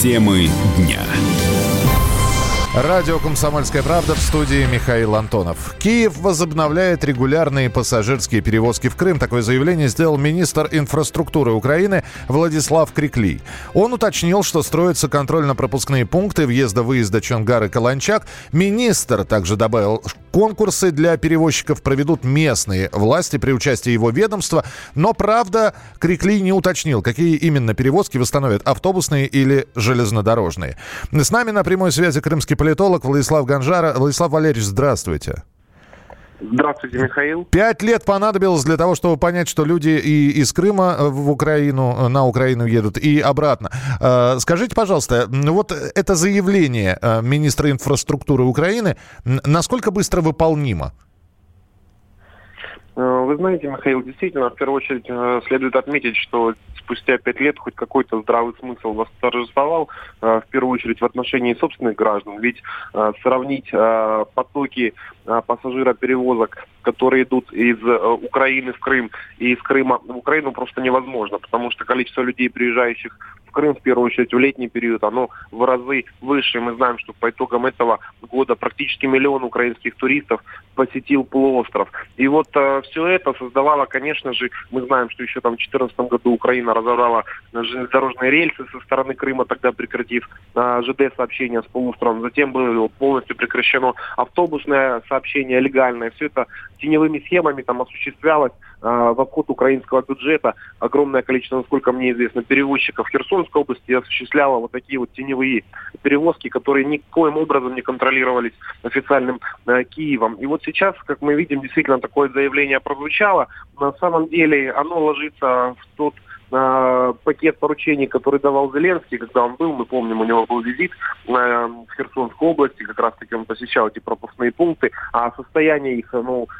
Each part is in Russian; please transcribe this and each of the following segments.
Темы дня. Радио «Комсомольская правда», в студии Михаил Антонов. Киев возобновляет регулярные пассажирские перевозки в Крым. Такое заявление сделал министр инфраструктуры Украины Владислав Криклий. Он уточнил, что строятся контрольно-пропускные пункты въезда-выезда Чонгар и Каланчак. Министр также добавил, конкурсы для перевозчиков проведут местные власти при участии его ведомства. Но, правда, Криклий не уточнил, какие именно перевозки восстановят, автобусные или железнодорожные. С нами на прямой связи крымский политолог Владислав Ганжар. Владислав Валерьевич, здравствуйте. Здравствуйте, Михаил. 5 лет понадобилось для того, чтобы понять, что люди и из Крыма в Украину, на Украину едут, и обратно. Скажите, пожалуйста, вот это заявление министра инфраструктуры Украины, насколько быстро выполнимо? Вы знаете, Михаил, действительно, в первую очередь следует отметить, что спустя 5 лет хоть какой-то здравый смысл восторжествовал, в первую очередь в отношении собственных граждан. Ведь сравнить потоки пассажироперевозок, которые идут из Украины в Крым и из Крыма в Украину, просто невозможно, потому что количество людей, приезжающих в Крым, в первую очередь в летний период, оно в разы выше. Мы знаем, что по итогам этого года практически 1 миллион украинских туристов посетил полуостров. И вот все это создавало, конечно же, мы знаем, что еще там в 2014 году Украина разорвала железнодорожные рельсы со стороны Крыма, тогда прекратив ЖД-сообщение с полуостровом. Затем было полностью прекращено автобусное сообщение легальное. Все это теневыми схемами там осуществлялось в обход украинского бюджета. Огромное количество, насколько мне известно, перевозчиков в Херсонской области осуществляло вот такие вот теневые перевозки, которые никоим образом не контролировались официальным Киевом. И вот сейчас, как мы видим, действительно такое заявление прозвучало. На самом деле оно ложится в тот пакет поручений, который давал Зеленский, когда он был, мы помним, у него был визит в Херсонской области, как раз таки он посещал эти пропускные пункты, а состояние их,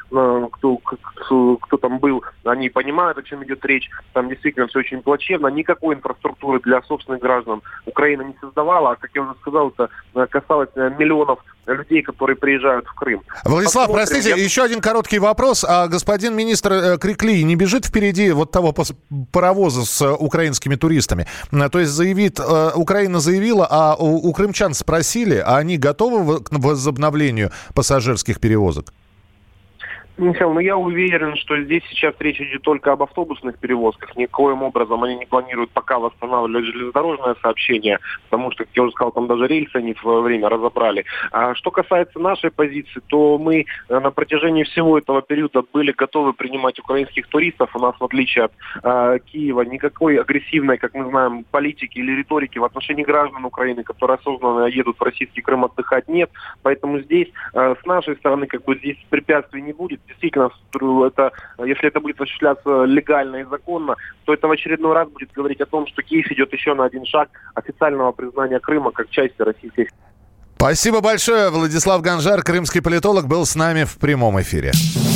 кто там был, они понимают, о чем идет речь, там действительно все очень плачевно, никакой инфраструктуры для собственных граждан Украина не создавала, а, как я уже сказал, это касалось миллионов людей, которые приезжают в Крым. Владислав, простите, еще один короткий вопрос. А господин министр Криклий не бежит впереди вот того паровоза с украинскими туристами? То есть Украина заявила, а у крымчан спросили, а они готовы к возобновлению пассажирских перевозок? Михаил, я уверен, что здесь сейчас речь идет только об автобусных перевозках. Никоим образом они не планируют пока восстанавливать железнодорожное сообщение, потому что, как я уже сказал, там даже рельсы они в свое время разобрали. А что касается нашей позиции, то мы на протяжении всего этого периода были готовы принимать украинских туристов. У нас, в отличие от Киева, никакой агрессивной, как мы знаем, политики или риторики в отношении граждан Украины, которые осознанно едут в российский Крым отдыхать, нет. Поэтому здесь, с нашей стороны, здесь препятствий не будет. Действительно, если это будет осуществляться легально и законно, то это в очередной раз будет говорить о том, что Киев идет еще на один шаг официального признания Крыма как части Российской. Спасибо большое. Владислав Ганжар, крымский политолог, был с нами в прямом эфире.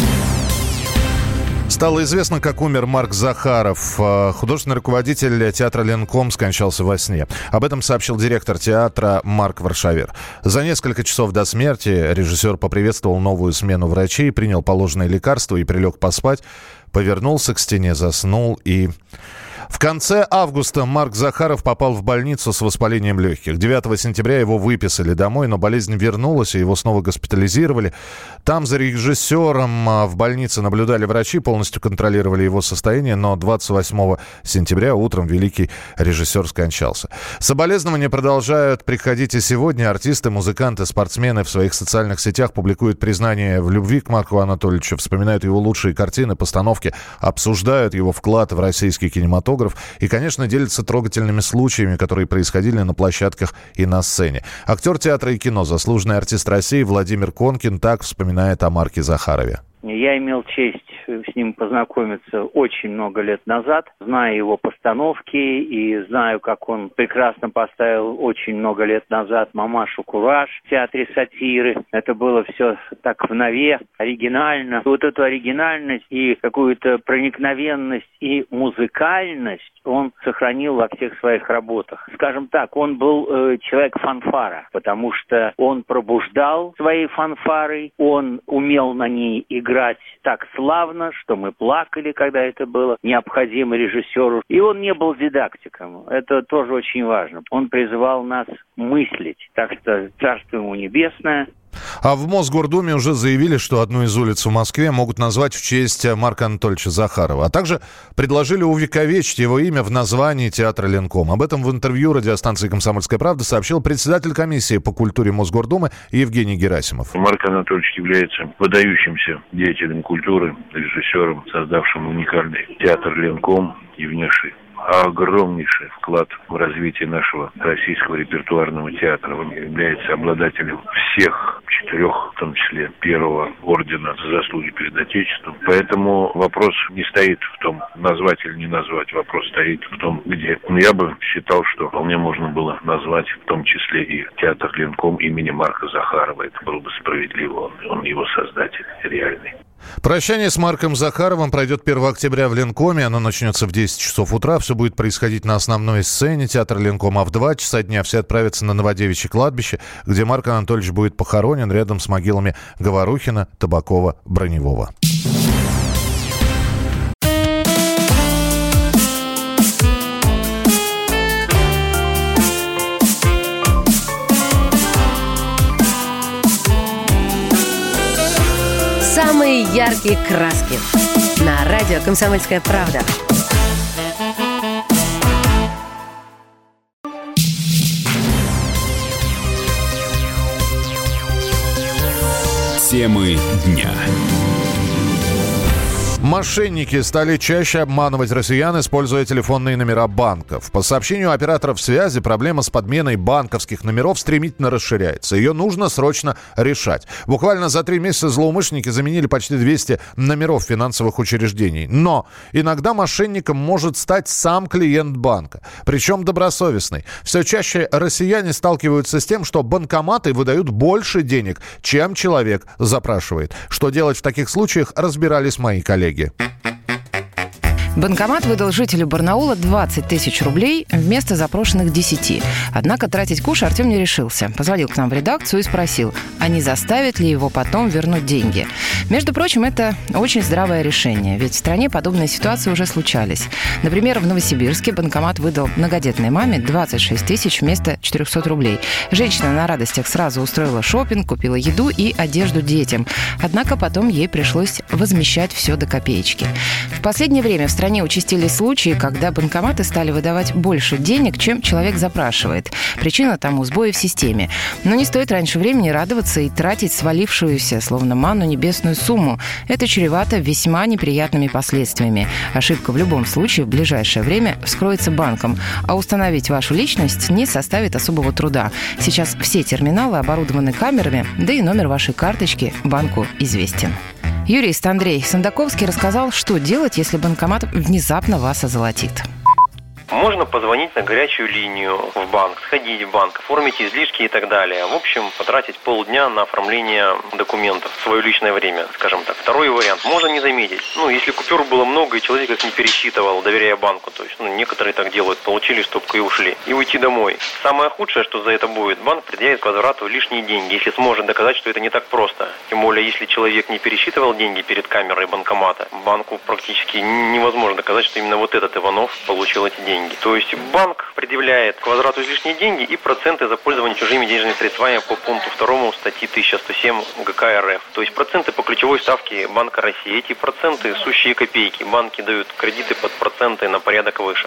Стало известно, как умер Марк Захаров. Художественный руководитель театра «Ленком» скончался во сне. Об этом сообщил директор театра Марк Варшавер. За несколько часов до смерти режиссер поприветствовал новую смену врачей, принял положенные лекарства и прилег поспать. Повернулся к стене, заснул и... В конце августа Марк Захаров попал в больницу с воспалением легких. 9 сентября его выписали домой, но болезнь вернулась, и его снова госпитализировали. Там за режиссером в больнице наблюдали врачи, полностью контролировали его состояние, но 28 сентября утром великий режиссер скончался. Соболезнования продолжают приходить и сегодня. Артисты, музыканты, спортсмены в своих социальных сетях публикуют признание в любви к Марку Анатольевичу, вспоминают его лучшие картины, постановки, обсуждают его вклад в российский кинематограф и, конечно, делятся трогательными случаями, которые происходили на площадках и на сцене. Актер театра и кино, заслуженный артист России Владимир Конкин так вспоминает о Марке Захарове. Я имел честь с ним познакомиться очень много лет назад, знаю его постановки и знаю, как он прекрасно поставил очень много лет назад «Мамашу Кураж» в театре сатиры. Это было все так в нове, оригинально. Вот эту оригинальность и какую-то проникновенность и музыкальность он сохранил во всех своих работах. Скажем так, он был человек-фанфара, потому что он пробуждал своей фанфарой, он умел на ней играть, сыграть так славно, что мы плакали, когда это было необходимо режиссеру. И он не был дидактиком. Это тоже очень важно. Он призывал нас мыслить. Так что царство ему небесное. А в Мосгордуме уже заявили, что одну из улиц в Москве могут назвать в честь Марка Анатольевича Захарова. А также предложили увековечить его имя в названии театра Ленком. Об этом в интервью радиостанции «Комсомольская правда» сообщил председатель комиссии по культуре Мосгордумы Евгений Герасимов. Марк Анатольевич является выдающимся деятелем культуры, режиссером, создавшим уникальный театр Ленком и внесший огромнейший вклад в развитие нашего российского репертуарного театра. Он является обладателем всех 4, в том числе 1-го ордена за заслуги перед Отечеством. Поэтому вопрос не стоит в том, назвать или не назвать. Вопрос стоит в том, где. Я бы считал, что вполне можно было назвать в том числе и театр Ленком имени Марка Захарова. Это было бы справедливо. Он его создатель реальный. Прощание с Марком Захаровым пройдет 1 октября в Ленкоме. Оно начнется в 10 часов утра. Все будет происходить на основной сцене театра Ленкома. А в 2 часа дня все отправятся на Новодевичье кладбище, где Марк Анатольевич будет похоронен рядом с могилами Говорухина, Табакова, Броневого. Самые яркие краски. На радио «Комсомольская правда». Темы дня. Мошенники стали чаще обманывать россиян, используя телефонные номера банков. По сообщению операторов связи, проблема с подменой банковских номеров стремительно расширяется. Ее нужно срочно решать. Буквально за 3 месяца злоумышленники заменили почти 200 номеров финансовых учреждений. Но иногда мошенником может стать сам клиент банка. Причем добросовестный. Все чаще россияне сталкиваются с тем, что банкоматы выдают больше денег, чем человек запрашивает. Что делать в таких случаях, разбирались мои коллеги. Банкомат выдал жителю Барнаула 20 тысяч рублей вместо запрошенных 10. Однако тратить куш Артем не решился. Позвонил к нам в редакцию и спросил, а не заставит ли его потом вернуть деньги. Между прочим, это очень здравое решение, ведь в стране подобные ситуации уже случались. Например, в Новосибирске банкомат выдал многодетной маме 26 тысяч вместо 400 рублей. Женщина на радостях сразу устроила шопинг, купила еду и одежду детям. Однако потом ей пришлось возмещать все до копеечки. В последнее время в стране участились случаи, когда банкоматы стали выдавать больше денег, чем человек запрашивает. Причина тому сбои в системе. Но не стоит раньше времени радоваться и тратить свалившуюся, словно манну, небесную сумму. Это чревато весьма неприятными последствиями. Ошибка в любом случае в ближайшее время вскроется банком, а установить вашу личность не составит особого труда. Сейчас все терминалы оборудованы камерами, да и номер вашей карточки банку известен. Юрист Андрей Сандаковский рассказал, что делать, если банкомат внезапно вас озолотит. Можно позвонить на горячую линию в банк, сходить в банк, оформить излишки и так далее. В общем, потратить полдня на оформление документов в свое личное время, скажем так. Второй вариант. Можно не заметить. Если купюр было много, и человек их не пересчитывал, доверяя банку. То есть, некоторые так делают. Получили стопку и ушли. И уйти домой. Самое худшее, что за это будет, банк предъявит к возврату лишние деньги, если сможет доказать, что это не так просто. Тем более, если человек не пересчитывал деньги перед камерой банкомата, банку практически невозможно доказать, что именно вот этот Иванов получил эти деньги. То есть банк предъявляет к возврату излишние деньги и проценты за пользование чужими денежными средствами по пункту 2 статьи 1107 ГК РФ. То есть проценты по ключевой ставке Банка России. Эти проценты сущие копейки. Банки дают кредиты под проценты на порядок выше.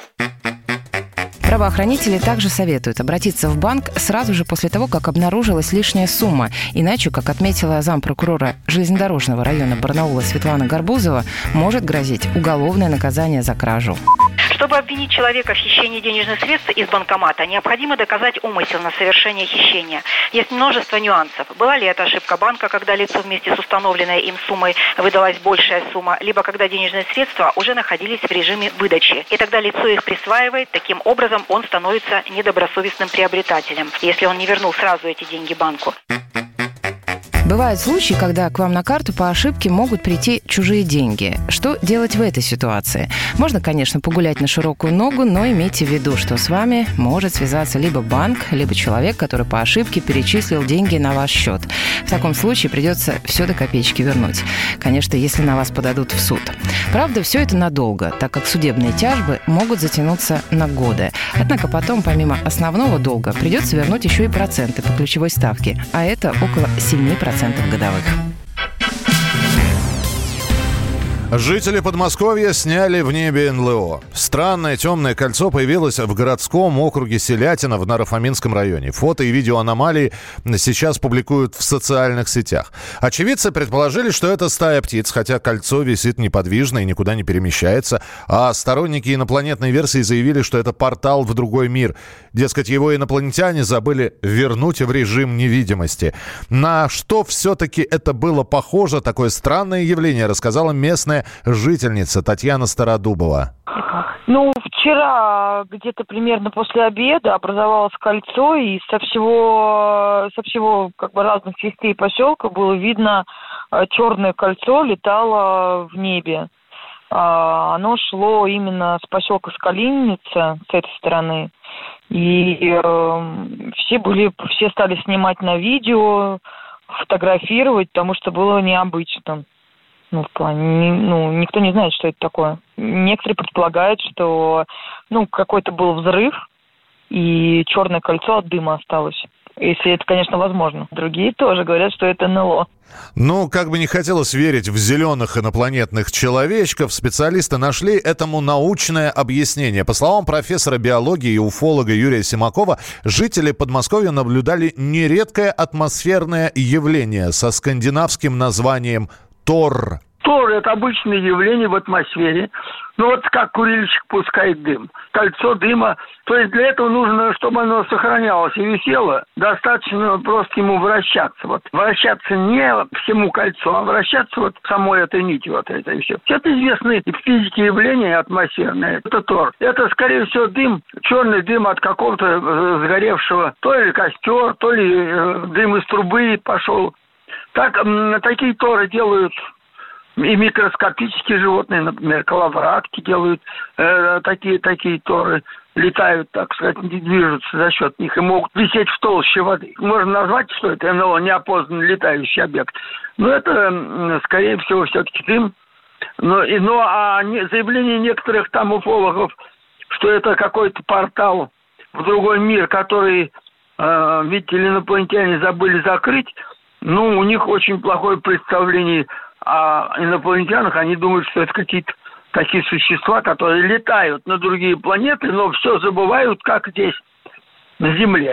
Правоохранители также советуют обратиться в банк сразу же после того, как обнаружилась лишняя сумма. Иначе, как отметила зампрокурора железнодорожного района Барнаула Светлана Гарбузова, может грозить уголовное наказание за кражу. Чтобы обвинить человека в хищении денежных средств из банкомата, необходимо доказать умысел на совершение хищения. Есть множество нюансов. Была ли это ошибка банка, когда лицу вместе с установленной им суммой выдалась большая сумма, либо когда денежные средства уже находились в режиме выдачи. И тогда лицо их присваивает, таким образом он становится недобросовестным приобретателем, если он не вернул сразу эти деньги банку. Бывают случаи, когда к вам на карту по ошибке могут прийти чужие деньги. Что делать в этой ситуации? Можно, конечно, погулять на широкую ногу, но имейте в виду, что с вами может связаться либо банк, либо человек, который по ошибке перечислил деньги на ваш счет. В таком случае придется все до копеечки вернуть. Конечно, если на вас подадут в суд. Правда, все это надолго, так как судебные тяжбы могут затянуться на годы. Однако потом, помимо основного долга, придется вернуть еще и проценты по ключевой ставке, а это около 7% годовых. Жители Подмосковья сняли в небе НЛО. Странное темное кольцо появилось в городском округе Селятино в Наро-Фоминском районе. Фото и видео аномалии сейчас публикуют в социальных сетях. Очевидцы предположили, что это стая птиц, хотя кольцо висит неподвижно и никуда не перемещается. А сторонники инопланетной версии заявили, что это портал в другой мир. Дескать, его инопланетяне забыли вернуть в режим невидимости. На что все-таки это было похоже, такое странное явление, рассказала местная жительница Татьяна Стародубова. Вчера где-то примерно после обеда образовалось кольцо, и со всего разных частей поселка было видно черное кольцо летало в небе. Оно шло именно с поселка Скалиница, с этой стороны. И все стали снимать на видео, фотографировать, потому что было необычно. В плане, никто не знает, что это такое. Некоторые предполагают, что, какой-то был взрыв, и черное кольцо от дыма осталось. Если это, конечно, возможно. Другие тоже говорят, что это НЛО. Как бы не хотелось верить в зеленых инопланетных человечков, специалисты нашли этому научное объяснение. По словам профессора биологии и уфолога Юрия Симакова, жители Подмосковья наблюдали нередкое атмосферное явление со скандинавским названием Тор. Тор – это обычное явление в атмосфере. Как курильщик пускает дым. Кольцо дыма. То есть для этого нужно, чтобы оно сохранялось и висело. Достаточно просто ему вращаться. Вращаться не всему кольцу, а вращаться самой этой нитью. Это и все. Это известные в физике явления атмосферные. Это Тор. Это, скорее всего, дым, черный дым от какого-то сгоревшего. То ли костер, то ли дым из трубы пошел. Такие торы делают и микроскопические животные, например, коловратки делают такие торы, летают, так сказать, движутся за счет них и могут висеть в толще воды. Можно назвать, что это НЛО, неопознанный летающий объект. Это, скорее всего, все-таки дым. Заявление некоторых там уфологов, что это какой-то портал в другой мир, который, видите ли, инопланетяне забыли закрыть, у них очень плохое представление о инопланетянах. Они думают, что это какие-то такие существа, которые летают на другие планеты, но все забывают, как здесь, на Земле.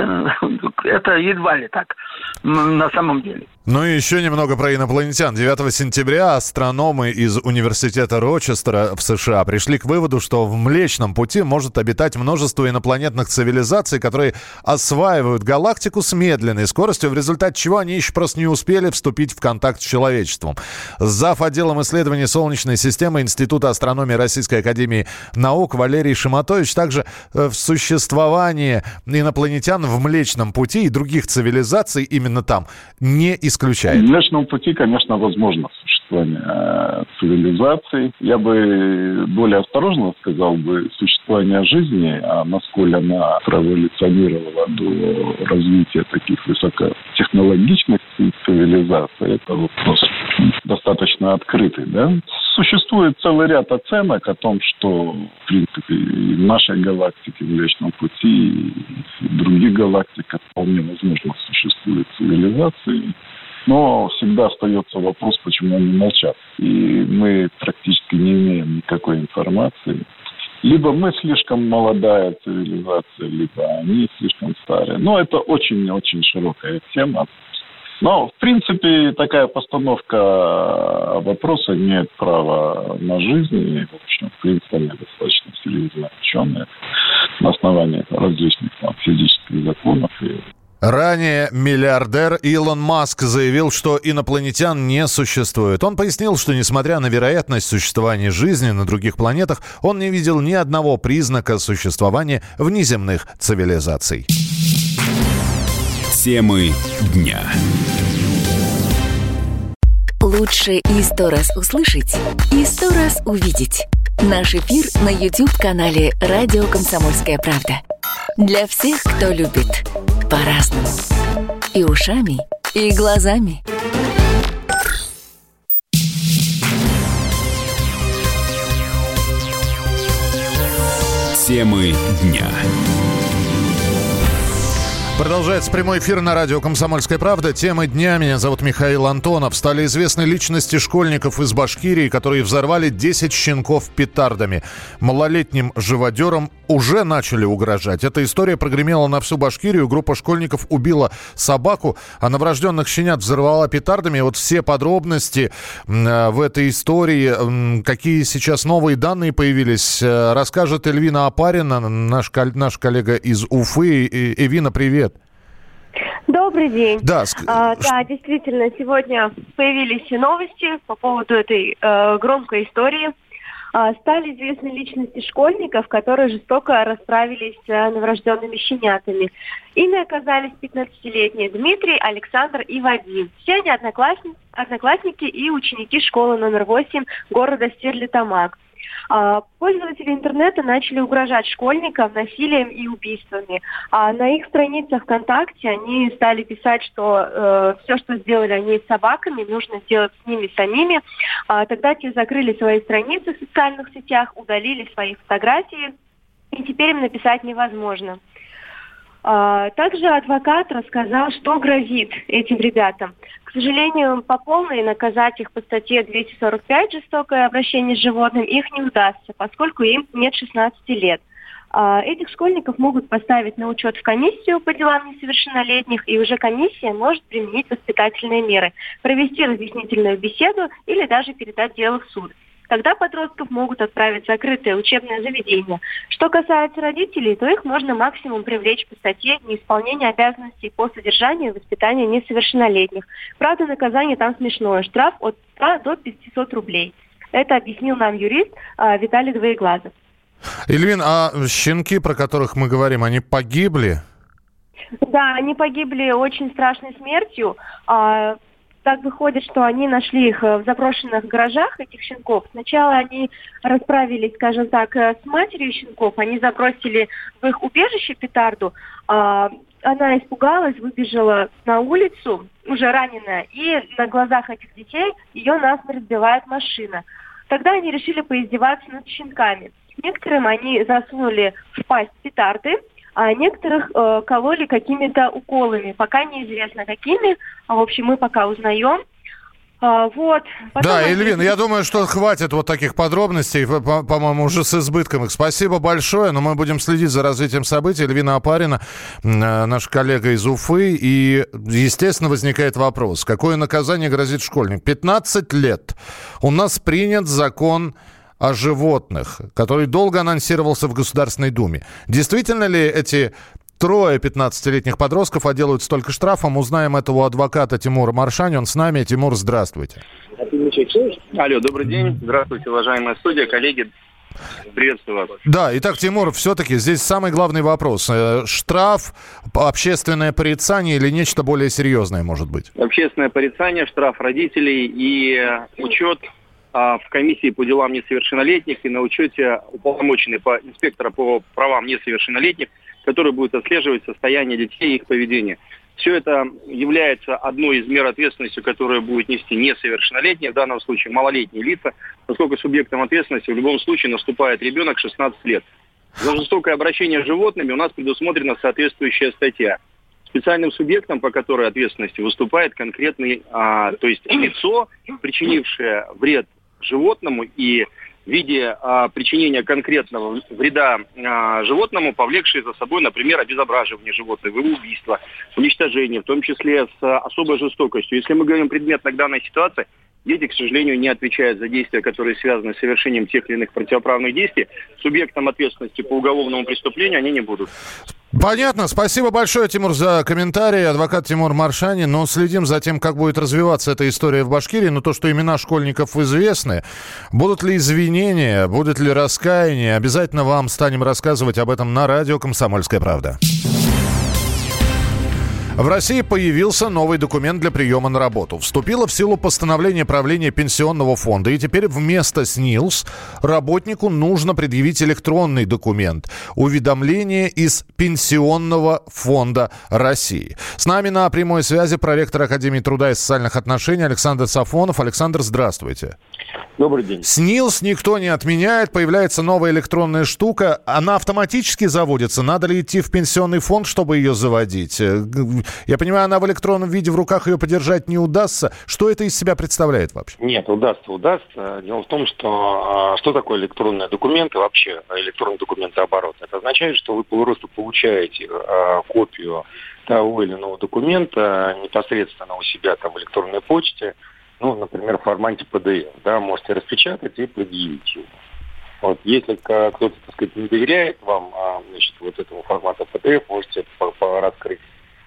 Это едва ли так на самом деле. И еще немного про инопланетян. 9 сентября астрономы из университета Рочестера в США пришли к выводу, что в Млечном Пути может обитать множество инопланетных цивилизаций, которые осваивают галактику с медленной скоростью, в результате чего они еще просто не успели вступить в контакт с человечеством. Зав. Отделом исследований Солнечной системы Института астрономии Российской академии наук Валерий Шиматович также в существовании инопланетян в Млечном Пути и других цивилизаций именно там не исключает. В Млечном Пути, конечно, возможно существование цивилизаций. Я бы более осторожно сказал бы существование жизни, а насколько она проэволюционировала до развития таких высокотехнологичных цивилизаций, это вопрос достаточно открытый, да? Существует целый ряд оценок о том, что, в принципе, и в нашей галактике, в Млечном Пути, и в других галактиках вполне возможно существуют цивилизации. Но всегда остается вопрос, почему они молчат. И мы практически не имеем никакой информации. Либо мы слишком молодая цивилизация, либо они слишком старые. Это очень-очень широкая тема. Но, в принципе, такая постановка вопроса имеет право на жизнь. И, в общем, в принципе, они достаточно серьезно ученые на основании различных физических законов. Ранее миллиардер Илон Маск заявил, что инопланетян не существует. Он пояснил, что несмотря на вероятность существования жизни на других планетах, он не видел ни одного признака существования внеземных цивилизаций. Темы дня. Лучше и 100 раз услышать, и 100 раз увидеть. Наш эфир на YouTube-канале «Радио Комсомольская правда». Для всех, кто любит по-разному. И ушами, и глазами. Темы дня. Продолжается прямой эфир на радио «Комсомольская правда». Темы дня. Меня зовут Михаил Антонов. Стали известны личности школьников из Башкирии, которые взорвали 10 щенков петардами. Малолетним живодерам уже начали угрожать. Эта история прогремела на всю Башкирию. Группа школьников убила собаку, а новорожденных щенят взорвала петардами. Вот все подробности в этой истории, какие сейчас новые данные появились, расскажет Эльвина Апарина, наш коллега из Уфы. Эльвина, привет. Добрый день. Да, действительно, сегодня появились новости по поводу этой громкой истории. Стали известны личности школьников, которые жестоко расправились с новорожденными щенятами. Ими оказались 15-летние Дмитрий, Александр и Вадим. Все они одноклассники и ученики школы номер 8 города Стерлитамак. Пользователи интернета начали угрожать школьникам насилием и убийствами. На их страницах ВКонтакте они стали писать, что все, что сделали они с собаками, нужно сделать с ними самими. Тогда те закрыли свои страницы в социальных сетях, удалили свои фотографии, и теперь им написать невозможно. Также адвокат рассказал, что грозит этим ребятам. К сожалению, по полной наказать их по статье 245 «Жестокое обращение с животным» их не удастся, поскольку им нет 16 лет. Этих школьников могут поставить на учет в комиссию по делам несовершеннолетних, и уже комиссия может применить воспитательные меры, провести разъяснительную беседу или даже передать дело в суд. Тогда подростков могут отправить в закрытое учебное заведение. Что касается родителей, то их можно максимум привлечь по статье неисполнение обязанностей по содержанию и воспитанию несовершеннолетних. Правда, наказание там смешное. Штраф от 100 до 500 рублей. Это объяснил нам юрист Виталий Двоеглазов. Эльвин, а щенки, про которых мы говорим, они погибли? Да, они погибли очень страшной смертью. Так выходит, что они нашли их в заброшенных гаражах, этих щенков. Сначала они расправились, скажем так, с матерью щенков. Они забросили в их убежище петарду. Она испугалась, выбежала на улицу, уже раненая. И на глазах этих детей ее насмерть сбивает машина. Тогда они решили поиздеваться над щенками. Некоторым они засунули в пасть петарды, а некоторых кололи какими-то уколами. Пока неизвестно какими. В общем, мы пока узнаем. Вот. Да, Эльвин, я думаю, что хватит вот таких подробностей, по-моему, уже с избытком их. Спасибо большое, но мы будем следить за развитием событий. Эльвина Апарина, наш коллега из Уфы. И, естественно, возникает вопрос, какое наказание грозит школьник? 15 лет. У нас принят закон о животных, который долго анонсировался в Государственной Думе. Действительно ли эти 3 15-летних подростков отделают столько штрафом? Узнаем это у адвоката Тимура Маршани. Он с нами. Тимур, здравствуйте. Алло, добрый день. Здравствуйте, уважаемая студия, коллеги. Приветствую вас. Да, итак, Тимур, все-таки здесь самый главный вопрос. Штраф, общественное порицание или нечто более серьезное, может быть? Общественное порицание, штраф родителей и учет в комиссии по делам несовершеннолетних и на учете уполномоченный инспектора по правам несовершеннолетних, который будет отслеживать состояние детей и их поведение. Все это является одной из мер ответственности, которую будет нести несовершеннолетние, в данном случае малолетние лица, поскольку субъектом ответственности в любом случае наступает ребенок 16 лет. За жестокое обращение с животными у нас предусмотрена соответствующая статья. Специальным субъектом, по которой ответственности выступает конкретный, то есть лицо, причинившее вред животному и в виде причинения конкретного вреда животному, повлекшее за собой, например, обезображивание животного, его убийство, уничтожение, в том числе с особой жестокостью. Если мы говорим предметно к данной ситуации, дети, к сожалению, не отвечают за действия, которые связаны с совершением тех или иных противоправных действий. Субъектом ответственности по уголовному преступлению они не будут. Понятно. Спасибо большое, Тимур, за комментарий. Адвокат Тимур Маршани. Но следим за тем, как будет развиваться эта история в Башкирии. Но то, что имена школьников известны. Будут ли извинения, будет ли раскаяние? Обязательно вам станем рассказывать об этом на радио «Комсомольская правда». В России появился новый документ для приема на работу. Вступило в силу постановление правления Пенсионного фонда, и теперь вместо СНИЛС работнику нужно предъявить электронный документ – уведомление из Пенсионного фонда России. С нами на прямой связи проректор Академии труда и социальных отношений Александр Сафонов. Александр, здравствуйте. Добрый день. СНИЛС никто не отменяет, появляется новая электронная штука. Она автоматически заводится? Надо ли идти в пенсионный фонд, чтобы ее заводить? Я понимаю, она в электронном виде, в руках ее подержать не удастся. Что это из себя представляет вообще? Нет, удастся. Дело в том, что такое электронные документы, вообще электронный документооборот? Это означает, что вы просто получаете копию того или иного документа непосредственно у себя там в электронной почте, например, в формате PDF, да, можете распечатать и предъявить его. Вот, если кто-то, так сказать, не доверяет вам, вот этому формата PDF, можете раскрыть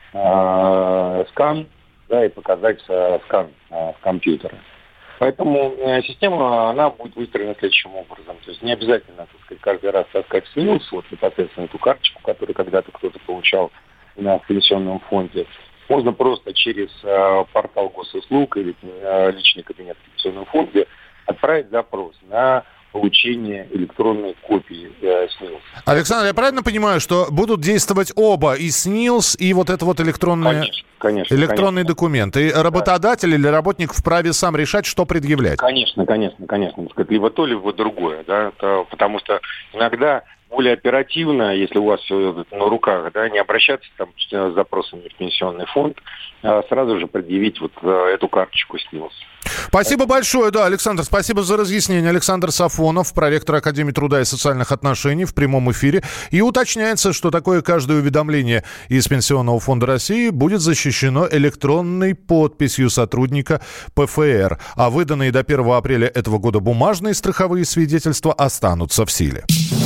скан, да, и показать скан с компьютера. Поэтому система, она будет выстроена следующим образом. То есть не обязательно, так сказать, каждый раз таскать СНИЛС, непосредственно эту карточку, которую когда-то кто-то получал в пенсионном фонде. Можно просто через портал госуслуг или личный кабинет в пенсионном фонде отправить запрос на получение электронной копии СНИЛС. Александр, я правильно понимаю, что будут действовать оба, и СНИЛС, и вот это вот электронный документ? И работодатель или работник вправе сам решать, что предъявлять? Конечно. Либо то, либо другое. Да? Потому что иногда более оперативно, если у вас все на руках, да, не обращаться там с запросами в пенсионный фонд, а сразу же предъявить вот эту карточку СНИЛС. Спасибо большое, да, Александр, спасибо за разъяснение. Александр Сафонов, проректор Академии труда и социальных отношений, в прямом эфире. И уточняется, что такое каждое уведомление из Пенсионного фонда России будет защищено электронной подписью сотрудника ПФР. А выданные до 1 апреля этого года бумажные страховые свидетельства останутся в силе.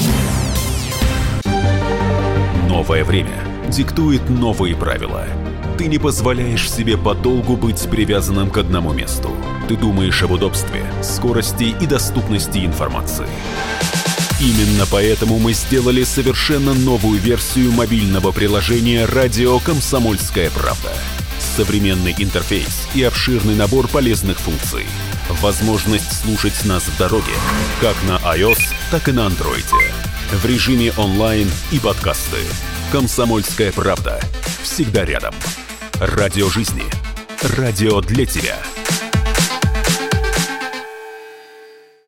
Новое время диктует новые правила. Ты не позволяешь себе подолгу быть привязанным к одному месту. Ты думаешь об удобстве, скорости и доступности информации. Именно поэтому мы сделали совершенно новую версию мобильного приложения «Радио Комсомольская правда». Современный интерфейс и обширный набор полезных функций. Возможность слушать нас в дороге, как на iOS, так и на Android. В режиме онлайн и подкасты. «Комсомольская правда». Всегда рядом. Радио жизни. Радио для тебя.